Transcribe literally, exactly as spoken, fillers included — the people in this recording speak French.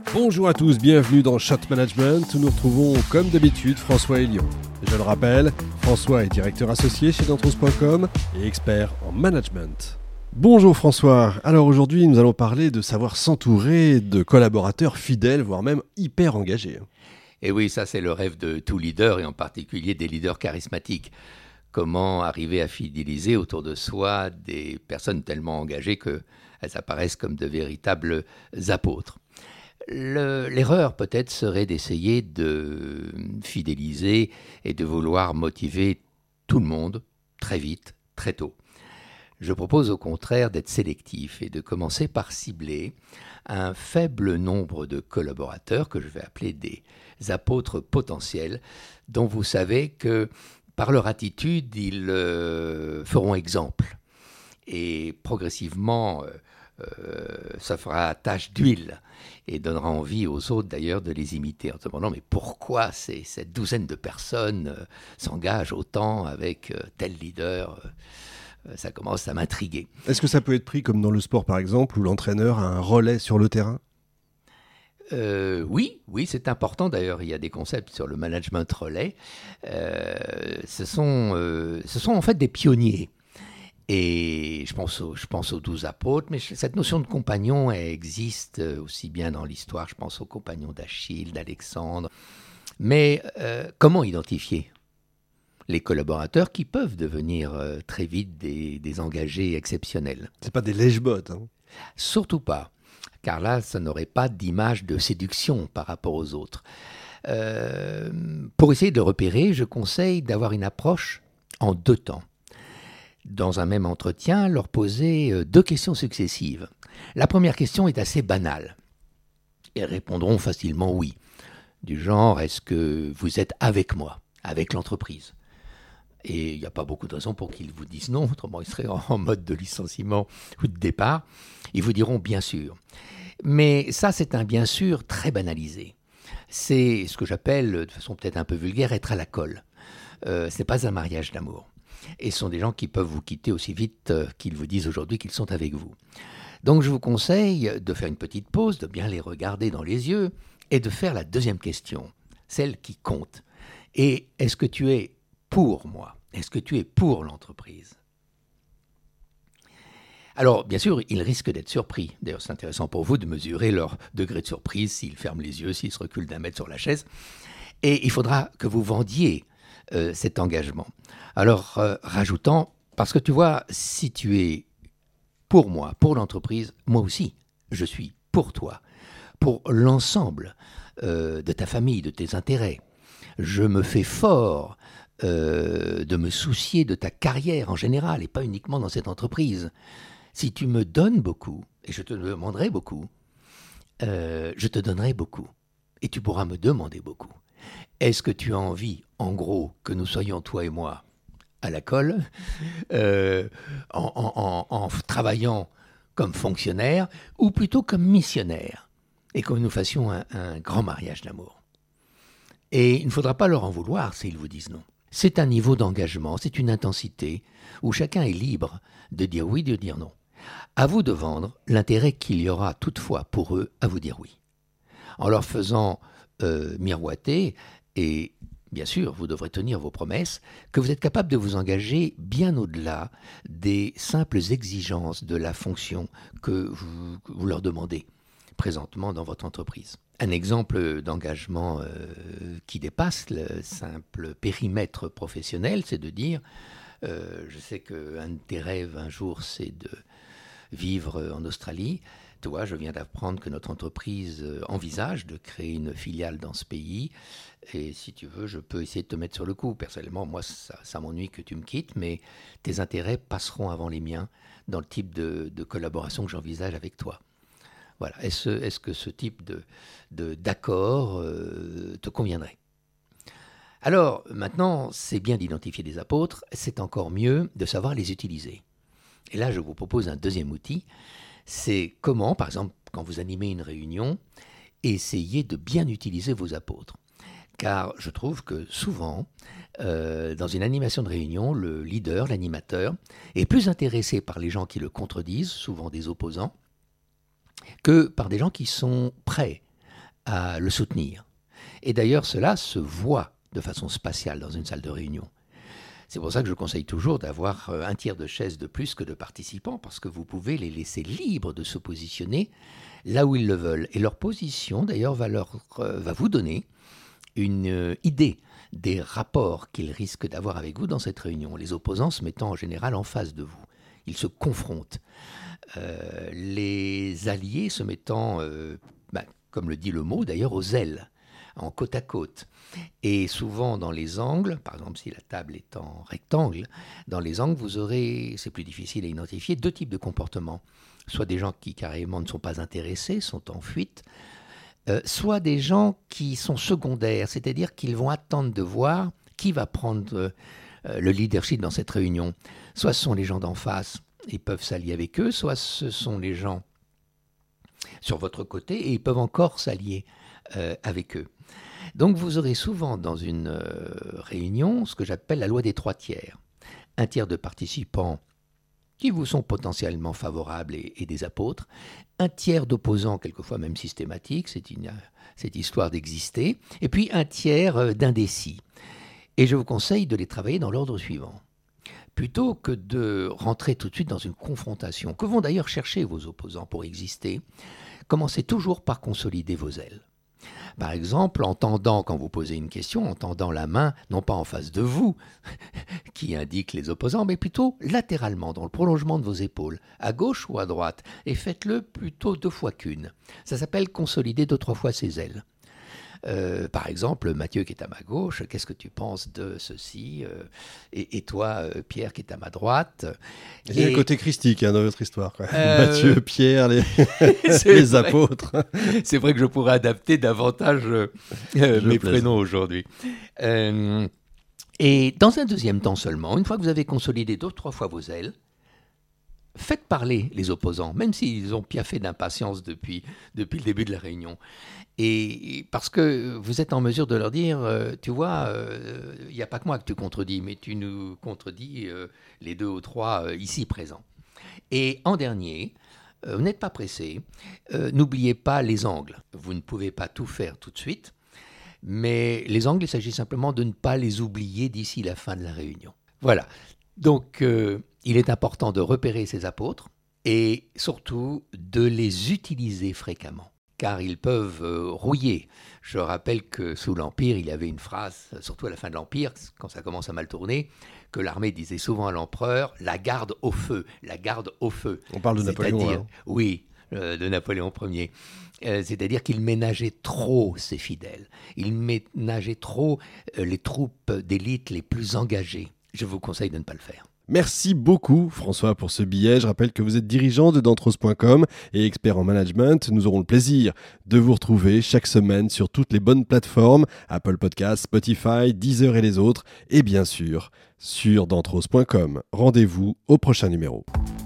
Bonjour à tous, bienvenue dans Shot Management où nous retrouvons comme d'habitude François Elion. Je le rappelle, François est directeur associé chez Dentros point com et expert en management. Bonjour François, alors aujourd'hui nous allons parler de savoir s'entourer de collaborateurs fidèles, voire même hyper engagés. Et oui, ça c'est le rêve de tout leader et en particulier des leaders charismatiques. Comment arriver à fidéliser autour de soi des personnes tellement engagées qu'elles apparaissent comme de véritables apôtres. Le, l'erreur peut-être serait d'essayer de fidéliser et de vouloir motiver tout le monde très vite, très tôt. Je propose au contraire d'être sélectif et de commencer par cibler un faible nombre de collaborateurs que je vais appeler des apôtres potentiels dont vous savez que par leur attitude, ils euh, feront exemple. Et progressivement, euh, euh, ça fera tache d'huile et donnera envie aux autres d'ailleurs de les imiter en se demandant mais pourquoi ces, cette douzaine de personnes euh, s'engagent autant avec euh, tel leader euh, ça commence à m'intriguer. Est-ce que ça peut être pris comme dans le sport par exemple où l'entraîneur a un relais sur le terrain ? Euh, oui, oui, c'est important. D'ailleurs, il y a des concepts sur le management relais. Euh, ce sont, euh, ce sont en fait des pionniers. Et je pense, aux, je pense aux douze apôtres, mais cette notion de compagnon elle existe aussi bien dans l'histoire. Je pense aux compagnons d'Achille, d'Alexandre. Mais euh, comment identifier les collaborateurs qui peuvent devenir euh, très vite des, des engagés exceptionnels ? C'est pas des lèche-bottes, hein ? Surtout pas. Car là, ça n'aurait pas d'image de séduction par rapport aux autres. Euh, pour essayer de repérer, je conseille d'avoir une approche en deux temps. Dans un même entretien, leur poser deux questions successives. La première question est assez banale. Ils répondront facilement oui. Du genre, est-ce que vous êtes avec moi, avec l'entreprise ? Et il n'y a pas beaucoup de raisons pour qu'ils vous disent non, autrement ils seraient en mode de licenciement ou de départ. Ils vous diront bien sûr. Mais ça, c'est un bien sûr très banalisé. C'est ce que j'appelle, de façon peut-être un peu vulgaire, être à la colle. Euh, ce n'est pas un mariage d'amour. Et ce sont des gens qui peuvent vous quitter aussi vite euh, qu'ils vous disent aujourd'hui qu'ils sont avec vous. Donc je vous conseille de faire une petite pause, de bien les regarder dans les yeux et de faire la deuxième question, celle qui compte. Et est-ce que tu es pour moi ? Est-ce que tu es pour l'entreprise ? Alors, bien sûr, ils risquent d'être surpris. D'ailleurs, c'est intéressant pour vous de mesurer leur degré de surprise, s'ils ferment les yeux, s'ils se reculent d'un mètre sur la chaise. Et il faudra que vous vendiez euh, cet engagement. Alors, euh, rajoutant, parce que tu vois, si tu es pour moi, pour l'entreprise, moi aussi, je suis pour toi, pour l'ensemble euh, de ta famille, de tes intérêts. Je me fais fort euh, de me soucier de ta carrière en général et pas uniquement dans cette entreprise. Si tu me donnes beaucoup, et je te demanderai beaucoup, euh, je te donnerai beaucoup. Et tu pourras me demander beaucoup. Est-ce que tu as envie, en gros, que nous soyons, toi et moi, à la colle, euh, en, en, en, en travaillant comme fonctionnaire, ou plutôt comme missionnaire, et que nous fassions un, un grand mariage d'amour ? Et il ne faudra pas leur en vouloir s'ils vous disent non. C'est un niveau d'engagement, c'est une intensité, où chacun est libre de dire oui, de dire non. À vous de vendre l'intérêt qu'il y aura toutefois pour eux à vous dire oui. En leur faisant euh, miroiter, et bien sûr, vous devrez tenir vos promesses, que vous êtes capable de vous engager bien au-delà des simples exigences de la fonction que vous, que vous leur demandez présentement dans votre entreprise. Un exemple d'engagement euh, qui dépasse le simple périmètre professionnel, c'est de dire, euh, je sais qu'un de tes rêves un jour, c'est de vivre en Australie. Toi, je viens d'apprendre que notre entreprise envisage de créer une filiale dans ce pays. Et si tu veux, je peux essayer de te mettre sur le coup. Personnellement, moi, ça, ça m'ennuie que tu me quittes, mais tes intérêts passeront avant les miens dans le type de, de collaboration que j'envisage avec toi. Voilà. Est-ce, est-ce que ce type de, de, d'accord euh, te conviendrait ? Alors, maintenant, c'est bien d'identifier des apôtres, c'est encore mieux de savoir les utiliser. Et là, je vous propose un deuxième outil, c'est comment, par exemple, quand vous animez une réunion, essayez de bien utiliser vos apôtres. Car je trouve que souvent, euh, dans une animation de réunion, le leader, l'animateur, est plus intéressé par les gens qui le contredisent, souvent des opposants, que par des gens qui sont prêts à le soutenir. Et d'ailleurs, cela se voit de façon spatiale dans une salle de réunion. C'est pour ça que je conseille toujours d'avoir un tiers de chaises de plus que de participants, parce que vous pouvez les laisser libres de se positionner là où ils le veulent. Et leur position, d'ailleurs, va, leur, euh, va vous donner une euh, idée des rapports qu'ils risquent d'avoir avec vous dans cette réunion. Les opposants se mettant en général en face de vous. Ils se confrontent. Euh, les alliés se mettant, euh, bah, comme le dit le mot d'ailleurs, aux ailes, en côte à côte. Et souvent dans les angles, par exemple si la table est en rectangle, dans les angles vous aurez, c'est plus difficile à identifier, deux types de comportements. Soit des gens qui carrément ne sont pas intéressés, sont en fuite, euh, soit des gens qui sont secondaires, c'est-à-dire qu'ils vont attendre de voir qui va prendre euh, le leadership dans cette réunion. Soit ce sont les gens d'en face, ils peuvent s'allier avec eux, soit ce sont les gens sur votre côté et ils peuvent encore s'allier euh, avec eux. Donc vous aurez souvent dans une euh, réunion ce que j'appelle la loi des trois tiers. Un tiers de participants qui vous sont potentiellement favorables et, et des apôtres, un tiers d'opposants, quelquefois même systématiques, c'est une, cette histoire d'exister, et puis un tiers euh, d'indécis. Et je vous conseille de les travailler dans l'ordre suivant. Plutôt que de rentrer tout de suite dans une confrontation, que vont d'ailleurs chercher vos opposants pour exister, commencez toujours par consolider vos ailes. Par exemple, en tendant, quand vous posez une question, en tendant la main, non pas en face de vous, qui indique les opposants, mais plutôt latéralement, dans le prolongement de vos épaules, à gauche ou à droite, et faites-le plutôt deux fois qu'une. Ça s'appelle consolider deux, trois fois ses ailes. Euh, par exemple, Mathieu qui est à ma gauche, qu'est-ce que tu penses de ceci euh, et, et toi, euh, Pierre qui est à ma droite. Il y a et... le côté christique hein, dans votre histoire. Quoi. Euh... Mathieu, Pierre, les, les vrai. apôtres. C'est vrai que je pourrais adapter davantage euh, mes plaisante. prénoms aujourd'hui. Euh, et dans un deuxième temps seulement, une fois que vous avez consolidé deux, trois fois vos ailes, faites parler les opposants, même s'ils ont piaffé d'impatience depuis, depuis le début de la réunion. Et parce que vous êtes en mesure de leur dire, euh, tu vois, il euh, n'y a pas que moi que tu contredis, mais tu nous contredis euh, les deux ou trois euh, ici présents. Et en dernier, euh, vous n'êtes pas pressé, euh, n'oubliez pas les angles. Vous ne pouvez pas tout faire tout de suite, mais les angles, il s'agit simplement de ne pas les oublier d'ici la fin de la réunion. Voilà. Donc, euh, il est important de repérer ces apôtres et surtout de les utiliser fréquemment, car ils peuvent euh, rouiller. Je rappelle que sous l'Empire, il y avait une phrase, surtout à la fin de l'Empire, quand ça commence à mal tourner, que l'armée disait souvent à l'empereur « la garde au feu, la garde au feu ». On parle de Napoléon. Hein. Oui, euh, de Napoléon Ier. Euh, c'est-à-dire qu'il ménageait trop ses fidèles. Il ménageait trop euh, les troupes d'élite les plus engagées. Je vous conseille de ne pas le faire. Merci beaucoup François pour ce billet. Je rappelle que vous êtes dirigeant de Dantros point com et expert en management. Nous aurons le plaisir de vous retrouver chaque semaine sur toutes les bonnes plateformes, Apple Podcasts, Spotify, Deezer et les autres, et bien sûr sur Dantros point com. Rendez-vous au prochain numéro.